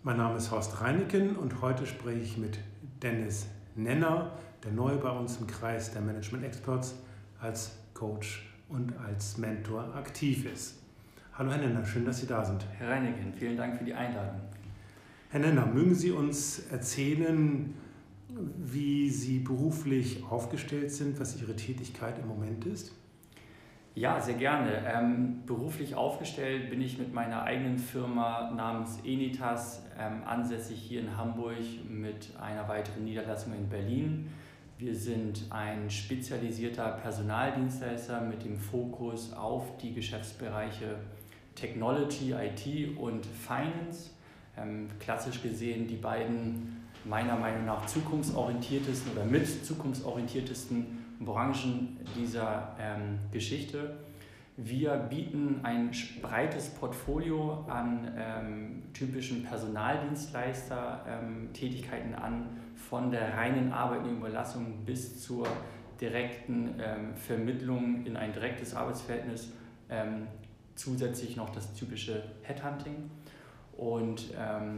Mein Name ist Horst Reineken und heute spreche ich mit Dennis Nenner, der neu bei uns im Kreis der Management Experts als Coach und als Mentor aktiv ist. Hallo Herr Nenner, schön, dass Sie da sind. Herr Reineken, vielen Dank für die Einladung. Herr Nenner, mögen Sie uns erzählen, wie Sie beruflich aufgestellt sind, was Ihre Tätigkeit im Moment ist? Ja, sehr gerne. Beruflich aufgestellt bin ich mit meiner eigenen Firma namens Enitas, ansässig hier in Hamburg mit einer weiteren Niederlassung in Berlin. Wir sind ein spezialisierter Personaldienstleister mit dem Fokus auf die Geschäftsbereiche Technology, IT und Finance. Klassisch gesehen die beiden meiner Meinung nach zukunftsorientiertesten oder mit zukunftsorientiertesten Branchen dieser Geschichte. Wir bieten ein breites Portfolio an typischen Personaldienstleister-Tätigkeiten an, von der reinen Arbeitnehmerüberlassung bis zur direkten Vermittlung in ein direktes Arbeitsverhältnis, zusätzlich noch das typische Headhunting. Und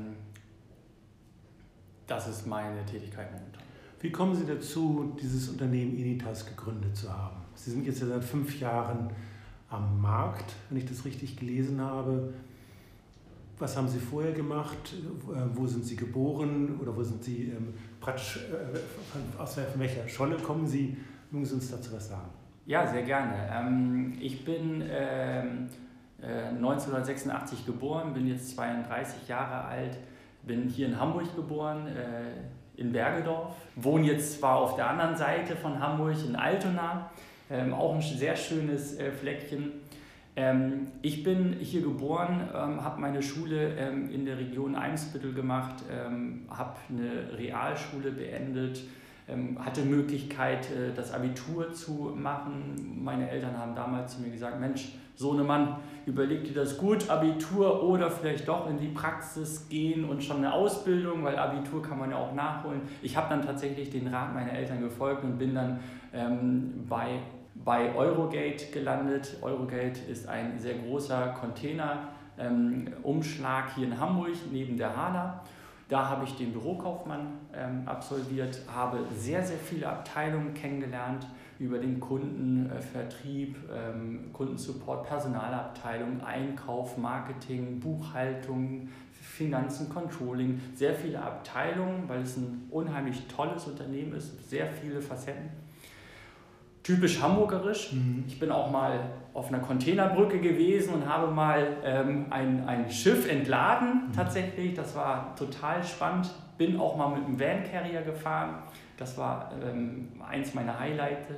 das ist meine Tätigkeit momentan. Wie kommen Sie dazu, dieses Unternehmen Enitas gegründet zu haben? Sie sind jetzt ja seit 5 Jahren am Markt, wenn ich das richtig gelesen habe. Was haben Sie vorher gemacht? Wo sind Sie geboren? Oder wo sind Sie praktisch, von welcher Scholle kommen Sie? Mögen Sie uns dazu was sagen? Ja, sehr gerne. Ich bin 1986 geboren, bin jetzt 32 Jahre alt, bin hier in Hamburg geboren, in Bergedorf. Wohne jetzt zwar auf der anderen Seite von Hamburg, in Altona, auch ein sehr schönes Fleckchen. Ich bin hier geboren, habe meine Schule in der Region Eimsbüttel gemacht, habe eine Realschule beendet, hatte Möglichkeit, das Abitur zu machen. Meine Eltern haben damals zu mir gesagt, Mensch, Sohnemann, überleg dir das gut, Abitur oder vielleicht doch in die Praxis gehen und schon eine Ausbildung, weil Abitur kann man ja auch nachholen. Ich habe dann tatsächlich den Rat meiner Eltern gefolgt und bin dann bei Eurogate gelandet. Eurogate ist ein sehr großer Container-Umschlag hier in Hamburg neben der HANA. Da habe ich den Bürokaufmann absolviert, habe sehr, sehr viele Abteilungen kennengelernt über den Kundenvertrieb, Kundensupport, Personalabteilung, Einkauf, Marketing, Buchhaltung, Finanzen, Controlling. Sehr viele Abteilungen, weil es ein unheimlich tolles Unternehmen ist, sehr viele Facetten. Typisch hamburgerisch. Ich bin auch mal auf einer Containerbrücke gewesen und habe mal ein Schiff entladen tatsächlich. Das war total spannend. Bin auch mal mit einem Van Carrier gefahren. Das war eins meiner Highlights.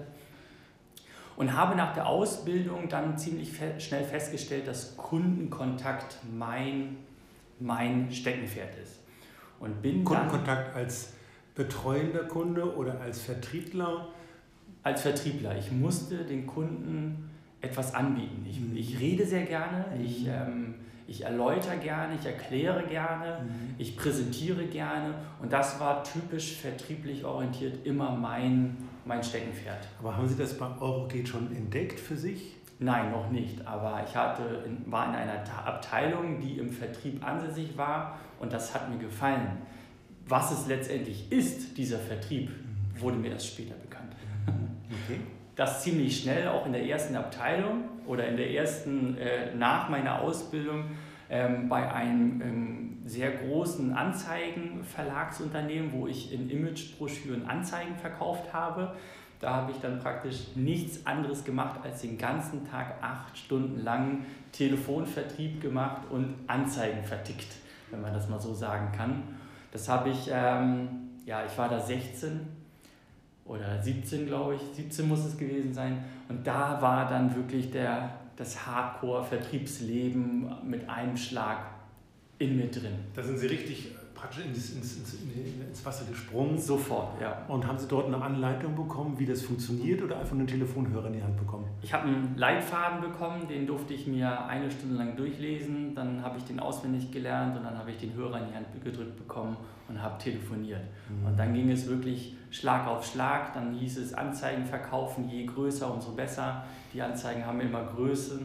Und habe nach der Ausbildung dann ziemlich schnell festgestellt, dass Kundenkontakt mein Steckenpferd ist. Und bin Kundenkontakt als betreuender Kunde oder als Vertriebler? Als Vertriebler. Ich musste den Kunden etwas anbieten. Ich rede sehr gerne, ich erläutere gerne, ich erkläre gerne, ich präsentiere gerne und das war typisch vertrieblich orientiert immer mein Steckenpferd. Aber haben Sie das bei Eurogate schon entdeckt für sich? Nein, noch nicht, aber ich war in einer Abteilung, die im Vertrieb ansässig war und das hat mir gefallen. Was es letztendlich ist, dieser Vertrieb, wurde mir erst später bekannt. Okay. Das ziemlich schnell, auch in der ersten Abteilung oder in der ersten, nach meiner Ausbildung, bei einem sehr großen Anzeigenverlagsunternehmen, wo ich in Imagebroschüren Anzeigen verkauft habe. Da habe ich dann praktisch nichts anderes gemacht, als den ganzen Tag 8 Stunden lang Telefonvertrieb gemacht und Anzeigen vertickt, wenn man das mal so sagen kann. Das habe ich, ich war da 16 oder 17, glaube ich, 17 muss es gewesen sein. Und da war dann wirklich das Hardcore-Vertriebsleben mit einem Schlag in mir drin. Da sind Sie richtig praktisch ins Wasser gesprungen. Sofort, ja. Und haben Sie dort eine Anleitung bekommen, wie das funktioniert oder einfach einen Telefonhörer in die Hand bekommen? Ich habe einen Leitfaden bekommen, den durfte ich mir 1 Stunde lang durchlesen. Dann habe ich den auswendig gelernt und dann habe ich den Hörer in die Hand gedrückt bekommen und habe telefoniert. Und dann ging es wirklich Schlag auf Schlag. Dann hieß es Anzeigen verkaufen, je größer, umso besser. Die Anzeigen haben immer Größen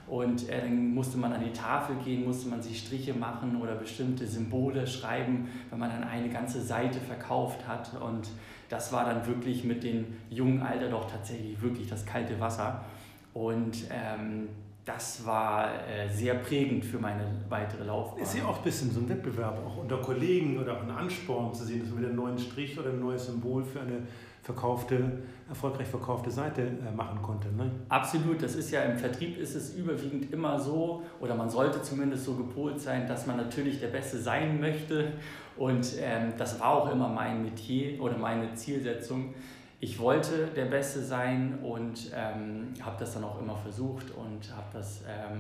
Und dann musste man an die Tafel gehen, musste man sich Striche machen oder bestimmte Symbole schreiben, wenn man dann eine ganze Seite verkauft hat. Und das war dann wirklich mit dem jungen Alter doch tatsächlich wirklich das kalte Wasser. Und das war sehr prägend für meine weitere Laufbahn. Ist ja auch ein bisschen so ein Wettbewerb, auch unter Kollegen oder auch ein Ansporn zu sehen, dass man wieder einen neuen Strich oder ein neues Symbol für eine erfolgreich verkaufte Seite machen konnte. Ne? Absolut, das ist ja im Vertrieb ist es überwiegend immer so, oder man sollte zumindest so gepolt sein, dass man natürlich der Beste sein möchte. Und das war auch immer mein Metier oder meine Zielsetzung. Ich wollte der Beste sein und habe das dann auch immer versucht und habe das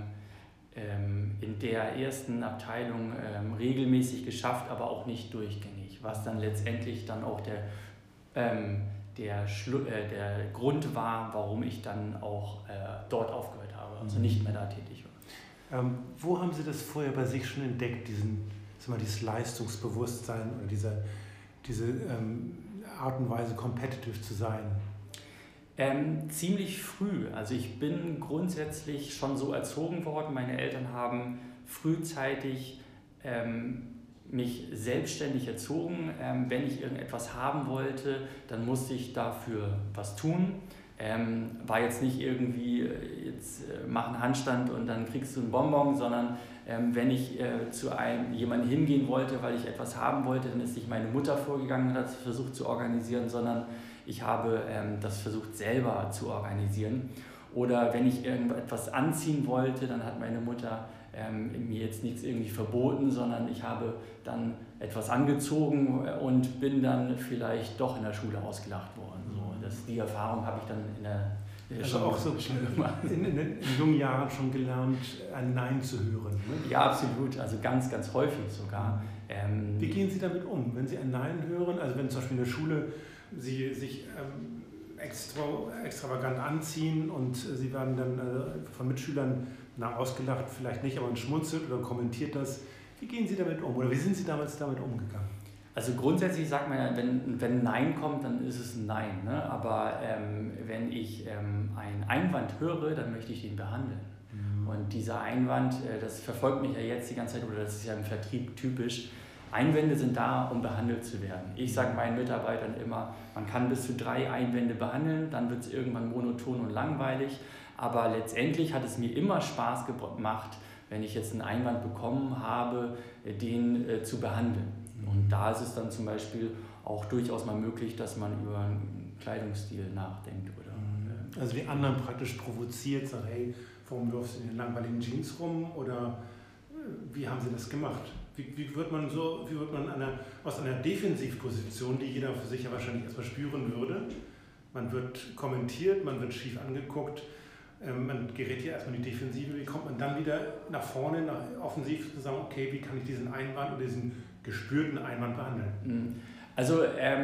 in der ersten Abteilung regelmäßig geschafft, aber auch nicht durchgängig, was dann letztendlich dann auch der Grund war, warum ich dann auch dort aufgehört habe, also nicht mehr da tätig war. Wo haben Sie das vorher bei sich schon entdeckt, dieses Leistungsbewusstsein oder diese Art und Weise, competitive zu sein? Ziemlich früh. Also ich bin grundsätzlich schon so erzogen worden. Meine Eltern haben frühzeitig mich selbstständig erzogen. Wenn ich irgendetwas haben wollte, dann musste ich dafür was tun. War jetzt nicht irgendwie, jetzt mach einen Handstand und dann kriegst du einen Bonbon, sondern wenn ich zu jemandem hingehen wollte, weil ich etwas haben wollte, dann ist nicht meine Mutter vorgegangen und hat es versucht zu organisieren, sondern ich habe das versucht selber zu organisieren. Oder wenn ich irgendetwas anziehen wollte, dann hat meine Mutter mir jetzt nichts irgendwie verboten, sondern ich habe dann etwas angezogen und bin dann vielleicht doch in der Schule ausgelacht worden. So, die Erfahrung habe ich dann in der also auch so in jungen Jahren schon gelernt, ein Nein zu hören. Ne? Ja, absolut. Also ganz, ganz häufig sogar. Wie gehen Sie damit um, wenn Sie ein Nein hören? Also wenn zum Beispiel in der Schule Sie sich extravagant anziehen und Sie werden dann von Mitschülern ausgelacht, vielleicht nicht, aber man schmunzelt oder kommentiert das. Wie gehen Sie damit um oder wie sind Sie damals damit umgegangen? Also grundsätzlich sagt man ja, wenn Nein kommt, dann ist es ein Nein. Ne? Aber wenn ich einen Einwand höre, dann möchte ich den behandeln. Und dieser Einwand, das verfolgt mich ja jetzt die ganze Zeit, oder das ist ja im Vertrieb typisch. Einwände sind da, um behandelt zu werden. Ich sage meinen Mitarbeitern immer, man kann bis zu 3 Einwände behandeln, dann wird es irgendwann monoton und langweilig. Aber letztendlich hat es mir immer Spaß gemacht, wenn ich jetzt einen Einwand bekommen habe, den zu behandeln. Und da ist es dann zum Beispiel auch durchaus mal möglich, dass man über einen Kleidungsstil nachdenkt. Oder, also die anderen praktisch provoziert, sagen, hey, warum läufst du in den langweiligen Jeans rum? Oder wie haben Sie das gemacht? Wie wird man aus einer Defensivposition, die jeder für sich ja wahrscheinlich erstmal spüren würde, man wird kommentiert, man wird schief angeguckt, man gerät hier erstmal in die Defensive, wie kommt man dann wieder nach vorne, nach offensiv zu sagen, okay, wie kann ich diesen Einwand oder diesen gespürten Einwand behandeln? Also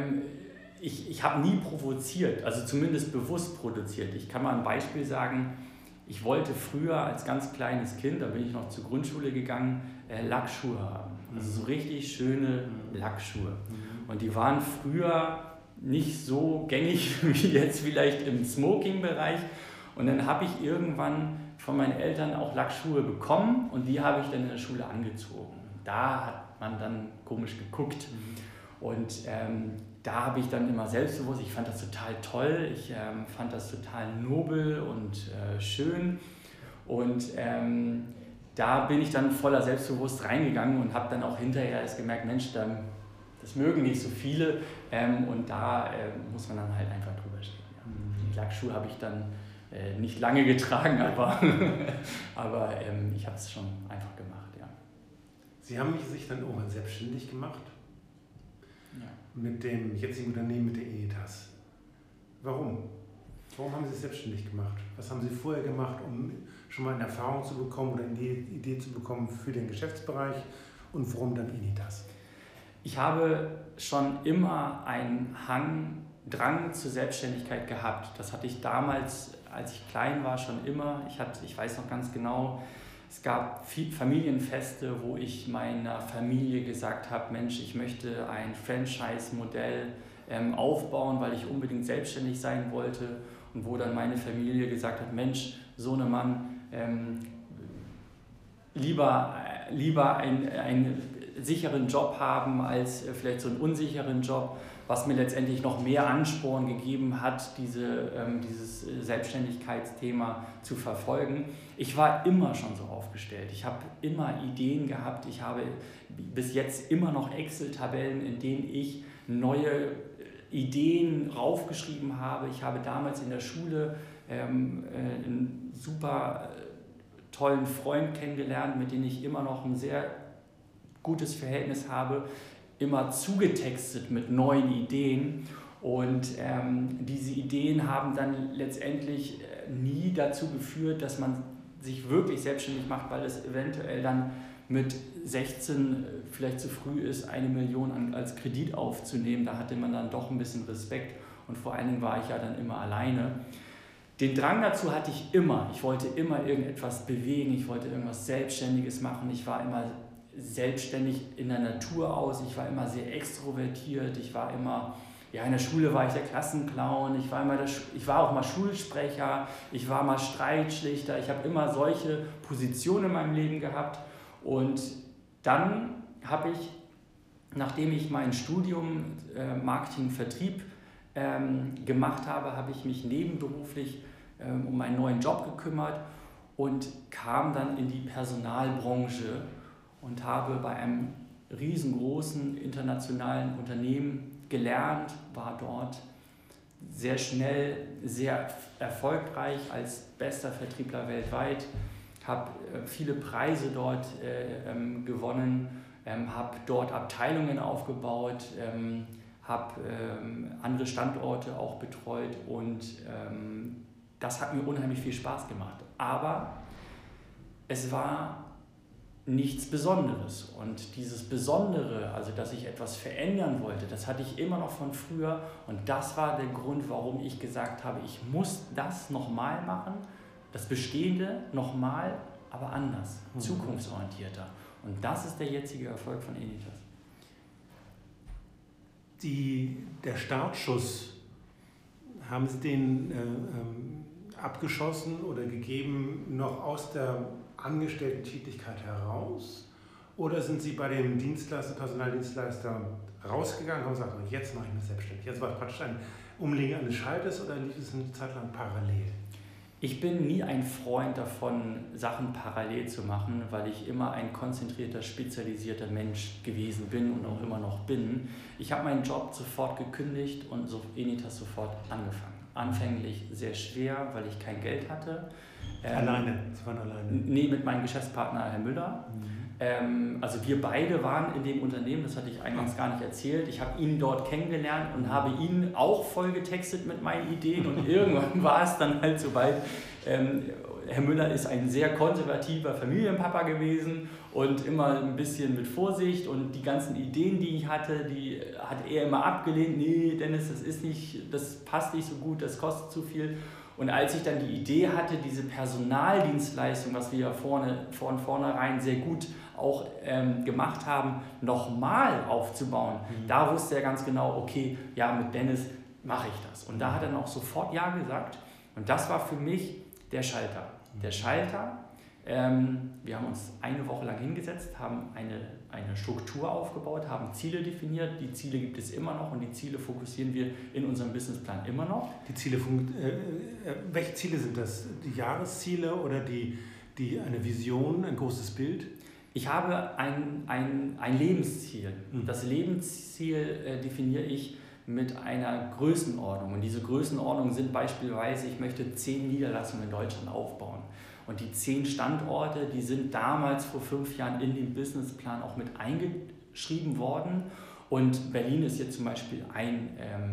ich habe nie provoziert, also zumindest bewusst produziert. Ich kann mal ein Beispiel sagen, ich wollte früher als ganz kleines Kind, da bin ich noch zur Grundschule gegangen, Lackschuhe haben. Also so richtig schöne Lackschuhe. Und die waren früher nicht so gängig wie jetzt vielleicht im Smoking-Bereich. Und dann habe ich irgendwann von meinen Eltern auch Lackschuhe bekommen und die habe ich dann in der Schule angezogen. Da hat man dann komisch geguckt. Und da habe ich dann immer selbstbewusst, ich fand das total toll, ich fand das total nobel und schön. Und da bin ich dann voller Selbstbewusst reingegangen und habe dann auch hinterher erst gemerkt, Mensch, das mögen nicht so viele. Und da muss man dann halt einfach drüber stehen. Ja. Die Lackschuhe habe ich dann nicht lange getragen, aber ich habe es schon einfach gemacht. Ja. Sie haben sich dann irgendwann selbstständig gemacht? Ja. Mit dem jetzigen Unternehmen, mit der Enitas. Warum? Warum haben Sie es selbstständig gemacht? Was haben Sie vorher gemacht, um schon mal eine Erfahrung zu bekommen oder eine Idee zu bekommen für den Geschäftsbereich und warum dann Enitas? Ich habe schon immer einen Drang zur Selbstständigkeit gehabt. Das hatte ich damals, als ich klein war, schon immer. Ich weiß noch ganz genau, es gab Familienfeste, wo ich meiner Familie gesagt habe, Mensch, ich möchte ein Franchise-Modell aufbauen, weil ich unbedingt selbstständig sein wollte. Und wo dann meine Familie gesagt hat, Mensch, Sohnemann, lieber einen sicheren Job haben als vielleicht so einen unsicheren Job, was mir letztendlich noch mehr Ansporn gegeben hat, dieses Selbstständigkeitsthema zu verfolgen. Ich war immer schon so aufgestellt. Ich habe immer Ideen gehabt. Ich habe bis jetzt immer noch Excel-Tabellen, in denen ich neue Ideen raufgeschrieben habe. Ich habe damals in der Schule einen super tollen Freund kennengelernt, mit dem ich immer noch ein sehr gutes Verhältnis habe, immer zugetextet mit neuen Ideen. Und diese Ideen haben dann letztendlich nie dazu geführt, dass man sich wirklich selbstständig macht, weil es eventuell dann mit 16 vielleicht zu früh ist, 1 Million als Kredit aufzunehmen. Da hatte man dann doch ein bisschen Respekt und vor allen Dingen war ich ja dann immer alleine. Den Drang dazu hatte ich immer. Ich wollte immer irgendetwas bewegen, ich wollte irgendwas Selbstständiges machen. Ich war immer selbstständig in der Natur aus, ich war immer sehr extrovertiert, ich war immer, ja, in der Schule war ich der Klassenclown, ich war auch mal Schulsprecher, ich war mal Streitschlichter, ich habe immer solche Positionen in meinem Leben gehabt. Und dann habe ich, nachdem ich mein Studium Marketing, Vertrieb gemacht habe, habe ich mich nebenberuflich um einen neuen Job gekümmert und kam dann in die Personalbranche und habe bei einem riesengroßen internationalen Unternehmen gelernt, war dort sehr schnell, sehr erfolgreich als bester Vertriebler weltweit, habe viele Preise dort gewonnen, habe dort Abteilungen aufgebaut, habe andere Standorte auch betreut und das hat mir unheimlich viel Spaß gemacht. Aber es war nichts Besonderes und dieses Besondere, also dass ich etwas verändern wollte, das hatte ich immer noch von früher und das war der Grund, warum ich gesagt habe, ich muss das nochmal machen, das Bestehende nochmal, aber anders, zukunftsorientierter. Und das ist der jetzige Erfolg von Enitas. Der Startschuss, haben Sie den abgeschossen oder gegeben noch aus der Angestellten-Tätigkeit heraus? Oder sind Sie bei dem Personaldienstleister rausgegangen und haben gesagt, jetzt mache ich mich selbstständig? Jetzt war es praktisch ein Umlegen eines Schalters oder lief es eine Zeit lang parallel? Ich bin nie ein Freund davon, Sachen parallel zu machen, weil ich immer ein konzentrierter, spezialisierter Mensch gewesen bin und auch immer noch bin. Ich habe meinen Job sofort gekündigt und Enitas sofort angefangen. Anfänglich sehr schwer, weil ich kein Geld hatte. Alleine? Sie waren alleine? Nee, mit meinem Geschäftspartner Herr Müller. Also wir beide waren in dem Unternehmen, das hatte ich eingangs gar nicht erzählt. Ich habe ihn dort kennengelernt und habe ihn auch voll getextet mit meinen Ideen und irgendwann war es dann halt so weit. Herr Müller ist ein sehr konservativer Familienpapa gewesen und immer ein bisschen mit Vorsicht und die ganzen Ideen, die ich hatte, die hat er immer abgelehnt. Nee, Dennis, das passt nicht so gut, das kostet zu viel. Und als ich dann die Idee hatte, diese Personaldienstleistung, was wir ja von vornherein sehr gut auch gemacht haben, nochmal aufzubauen, da wusste er ganz genau, okay, ja, mit Dennis mache ich das. Und da hat er dann auch sofort Ja gesagt. Und das war für mich der Schalter. Der Schalter, wir haben uns eine Woche lang hingesetzt, haben eine Struktur aufgebaut, haben Ziele definiert. Die Ziele gibt es immer noch und die Ziele fokussieren wir in unserem Businessplan immer noch. Die Ziele, welche Ziele sind das? Die Jahresziele oder eine Vision, ein großes Bild? Ich habe ein Lebensziel. Das Lebensziel definiere ich mit einer Größenordnung. Und diese Größenordnung sind beispielsweise, ich möchte 10 Niederlassungen in Deutschland aufbauen. Und die 10 Standorte, die sind damals vor 5 Jahren in den Businessplan auch mit eingeschrieben worden. Und Berlin ist jetzt zum Beispiel ein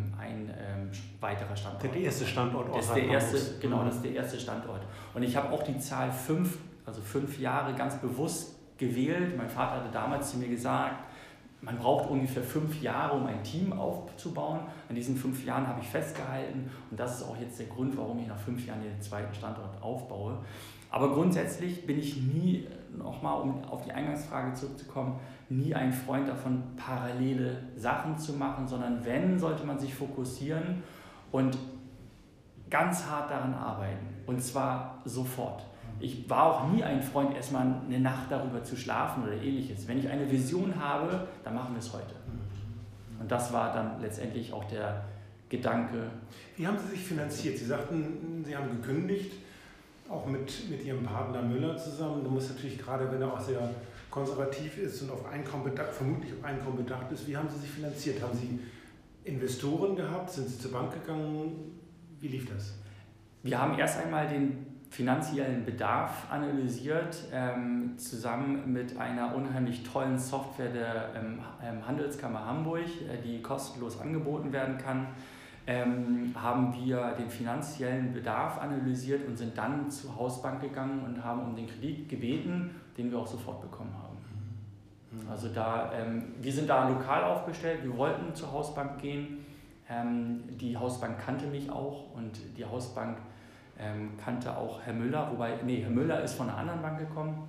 weiterer Standort. Der erste Standort das ist der erste, genau, das ist der erste Standort. Und ich habe auch die Zahl 5, also 5 Jahre ganz bewusst gewählt. Mein Vater hatte damals zu mir gesagt, man braucht ungefähr 5 Jahre, um ein Team aufzubauen. An diesen 5 Jahren habe ich festgehalten und das ist auch jetzt der Grund, warum ich nach 5 Jahren den zweiten Standort aufbaue. Aber grundsätzlich bin ich nie, nochmal um auf die Eingangsfrage zurückzukommen, nie ein Freund davon, parallele Sachen zu machen, sondern wenn, sollte man sich fokussieren und ganz hart daran arbeiten und zwar sofort. Ich war auch nie ein Freund, erstmal eine Nacht darüber zu schlafen oder ähnliches. Wenn ich eine Vision habe, dann machen wir es heute. Und das war dann letztendlich auch der Gedanke. Wie haben Sie sich finanziert? Sie sagten, Sie haben gekündigt, auch mit Ihrem Partner Müller zusammen. Du musst natürlich, gerade wenn er auch sehr konservativ ist und vermutlich auf Einkommen bedacht ist, wie haben Sie sich finanziert? Haben Sie Investoren gehabt? Sind Sie zur Bank gegangen? Wie lief das? Wir haben erst einmal den finanziellen Bedarf analysiert, zusammen mit einer unheimlich tollen Software der Handelskammer Hamburg, die kostenlos angeboten werden kann, haben wir den finanziellen Bedarf analysiert und sind dann zur Hausbank gegangen und haben um den Kredit gebeten, den wir auch sofort bekommen haben. Also wir sind da lokal aufgestellt, wir wollten zur Hausbank gehen, die Hausbank kannte mich auch und die Hausbank kannte auch Herr Müller, Herr Müller ist von einer anderen Bank gekommen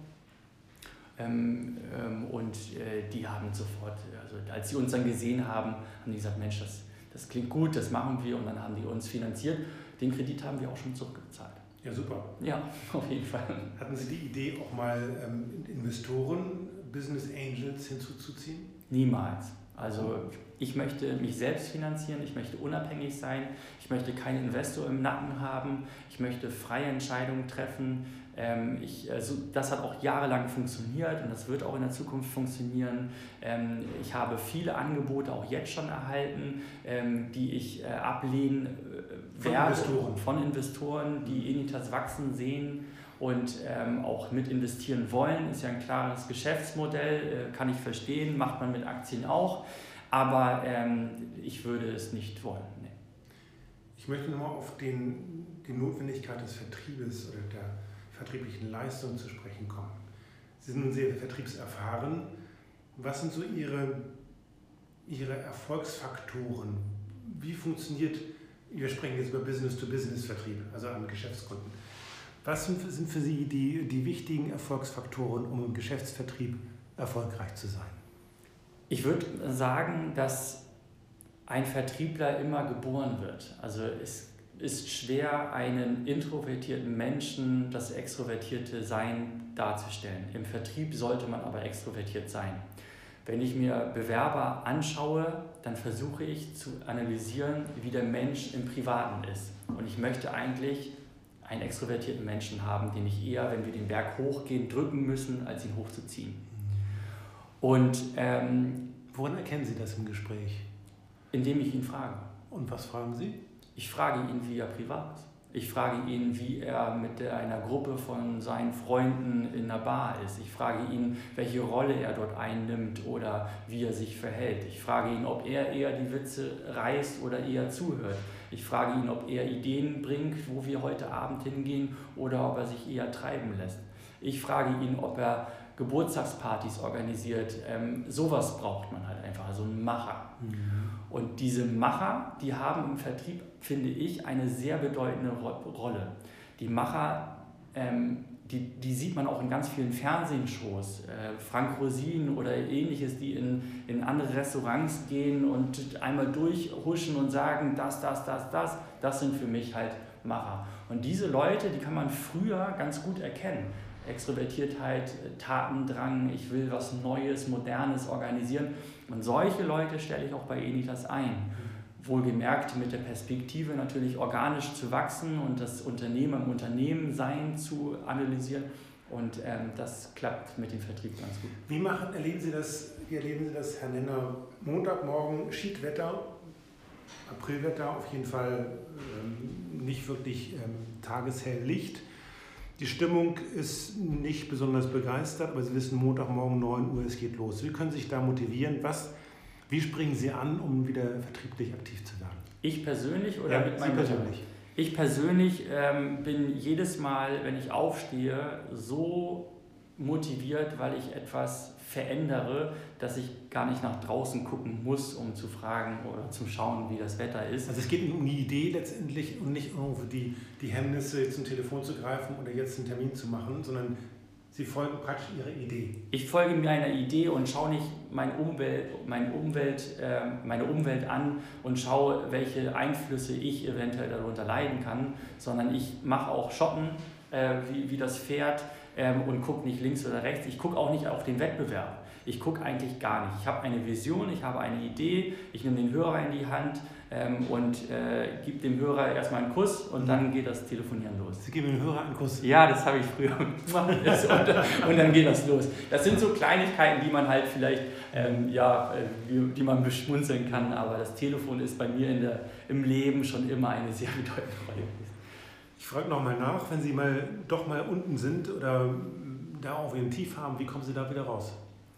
und die haben sofort, also als sie uns dann gesehen haben, haben die gesagt, Mensch, das klingt gut, das machen wir, und dann haben die uns finanziert. Den Kredit haben wir auch schon zurückgezahlt. Ja, super. Ja, auf jeden Fall. Hatten Sie die Idee, auch mal Investoren, Business Angels hinzuzuziehen? Niemals. Also ich möchte mich selbst finanzieren, ich möchte unabhängig sein, ich möchte keinen Investor im Nacken haben, ich möchte freie Entscheidungen treffen. Das hat auch jahrelang funktioniert und das wird auch in der Zukunft funktionieren. Ich habe viele Angebote auch jetzt schon erhalten, die ich ablehnen werde von Investoren, die Enitas wachsen sehen und auch mit investieren wollen. Ist ja ein klares Geschäftsmodell, kann ich verstehen, macht man mit Aktien auch, aber ich würde es nicht wollen. Nee. Ich möchte nochmal auf die Notwendigkeit des Vertriebes oder der vertrieblichen Leistung zu sprechen kommen. Sie sind nun sehr vertriebserfahren. Was sind so Ihre Erfolgsfaktoren? Wie funktioniert, wir sprechen jetzt über Business-to-Business-Vertrieb, also an Geschäftskunden. Was sind für Sie die wichtigen Erfolgsfaktoren, um im Geschäftsvertrieb erfolgreich zu sein? Ich würde sagen, dass ein Vertriebler immer geboren wird. Also es ist schwer, einen introvertierten Menschen das extrovertierte Sein darzustellen. Im Vertrieb sollte man aber extrovertiert sein. Wenn ich mir Bewerber anschaue, dann versuche ich zu analysieren, wie der Mensch im Privaten ist. Und ich möchte eigentlich einen extrovertierten Menschen haben, den ich eher, wenn wir den Berg hochgehen, drücken müssen, als ihn hochzuziehen. Und woran erkennen Sie das im Gespräch? Indem ich ihn frage. Und was fragen Sie? Ich frage ihn, wie er privat ist. Ich frage ihn, wie er mit einer Gruppe von seinen Freunden in einer Bar ist. Ich frage ihn, welche Rolle er dort einnimmt oder wie er sich verhält. Ich frage ihn, ob er eher die Witze reißt oder eher zuhört. Ich frage ihn, ob er Ideen bringt, wo wir heute Abend hingehen, oder ob er sich eher treiben lässt. Ich frage ihn, ob er Geburtstagspartys organisiert. Sowas braucht man halt einfach, also einen Macher. Und diese Macher, die haben im Vertrieb, finde ich, eine sehr bedeutende Rolle. Die Macher, die sieht man auch in ganz vielen Fernsehshows. Frank Rosin oder ähnliches, die in andere Restaurants gehen und einmal durchhuschen und sagen, das sind für mich halt Macher. Und diese Leute, die kann man früher ganz gut erkennen. Extrovertiertheit, Tatendrang, ich will was Neues, Modernes organisieren. Und solche Leute stelle ich auch bei Enitas ein. Wohlgemerkt mit der Perspektive natürlich organisch zu wachsen und das Unternehmen im Unternehmensein zu analysieren. Und das klappt mit dem Vertrieb ganz gut. Wie erleben Sie das, Herr Nenner? Montagmorgen, Schiedwetter, Aprilwetter, auf jeden Fall nicht wirklich tageshell Licht. Die Stimmung ist nicht besonders begeistert, aber Sie wissen, Montagmorgen 9 Uhr, es geht los. Wie können Sie sich da motivieren? Wie springen Sie an, um wieder vertrieblich aktiv zu werden? Ich persönlich oder mit meinem persönlich? Ich persönlich bin jedes Mal, wenn ich aufstehe, so motiviert, weil ich etwas verändere, dass ich gar nicht nach draußen gucken muss, um zu fragen oder zu schauen, wie das Wetter ist. Also es geht um die Idee letztendlich und nicht um die Hemmnisse, jetzt zum Telefon zu greifen oder jetzt einen Termin zu machen, sondern Sie folgen praktisch Ihrer Idee. Ich folge mir einer Idee und schaue nicht meine Umwelt an und schaue, welche Einflüsse ich eventuell darunter leiden kann, sondern ich mache auch Shoppen wie das fährt und gucke nicht links oder rechts. Ich gucke auch nicht auf den Wettbewerb. Ich gucke eigentlich gar nicht. Ich habe eine Vision, ich habe eine Idee, ich nehme den Hörer in die Hand und gebe dem Hörer erstmal einen Kuss und dann geht das Telefonieren los. Sie geben dem Hörer einen Kuss? Ja, das habe ich früher gemacht und dann geht das los. Das sind so Kleinigkeiten, die man halt vielleicht, die man beschmunzeln kann, aber das Telefon ist bei mir im Leben schon immer eine sehr bedeutende Rolle gewesen. Ich frage nochmal nach, wenn Sie doch mal unten sind oder da auch ein Tief haben, wie kommen Sie da wieder raus?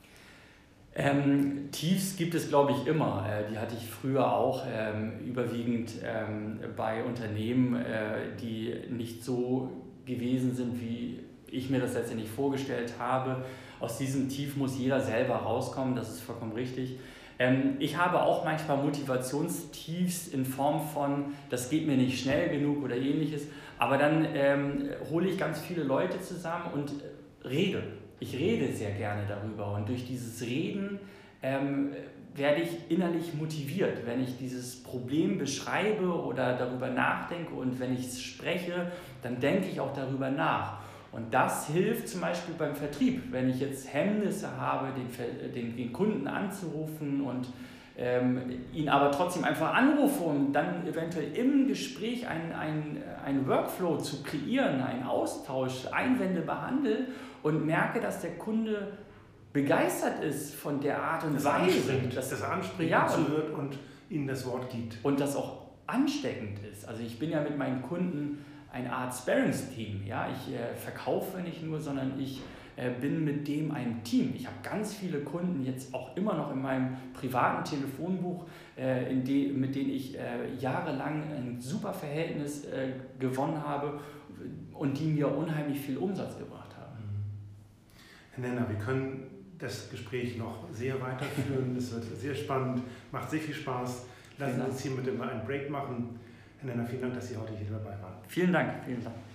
Tiefs gibt es, glaube ich, immer. Die hatte ich früher auch, überwiegend bei Unternehmen, die nicht so gewesen sind, wie ich mir das letztendlich vorgestellt habe. Aus diesem Tief muss jeder selber rauskommen, das ist vollkommen richtig. Ich habe auch manchmal Motivationstiefs in Form von, das geht mir nicht schnell genug oder ähnliches, aber dann hole ich ganz viele Leute zusammen und rede. Ich rede sehr gerne darüber und durch dieses Reden werde ich innerlich motiviert. Wenn ich dieses Problem beschreibe oder darüber nachdenke und wenn ich es spreche, dann denke ich auch darüber nach. Und das hilft zum Beispiel beim Vertrieb, wenn ich jetzt Hemmnisse habe, den Kunden anzurufen und ihn aber trotzdem einfach anrufe und dann eventuell im Gespräch einen Workflow zu kreieren, einen Austausch, Einwände behandle und merke, dass der Kunde begeistert ist von der Art und Weise. Dass er anspricht, ja, zuhört und ihnen das Wort gibt. Und das auch ansteckend ist. Also ich bin ja mit meinen Kunden eine Art Sparringsteam. Ja? Ich verkaufe nicht nur, sondern ich bin mit dem ein Team. Ich habe ganz viele Kunden jetzt auch immer noch in meinem privaten Telefonbuch, mit denen ich jahrelang ein super Verhältnis gewonnen habe und die mir unheimlich viel Umsatz gebracht haben. Herr Nenner, wir können das Gespräch noch sehr weiterführen. Es wird sehr spannend, macht sehr viel Spaß. Lassen Sie uns hier bitte mal einen Break machen. Herr Nenner, vielen Dank, dass Sie heute hier dabei waren. Vielen Dank, vielen Dank.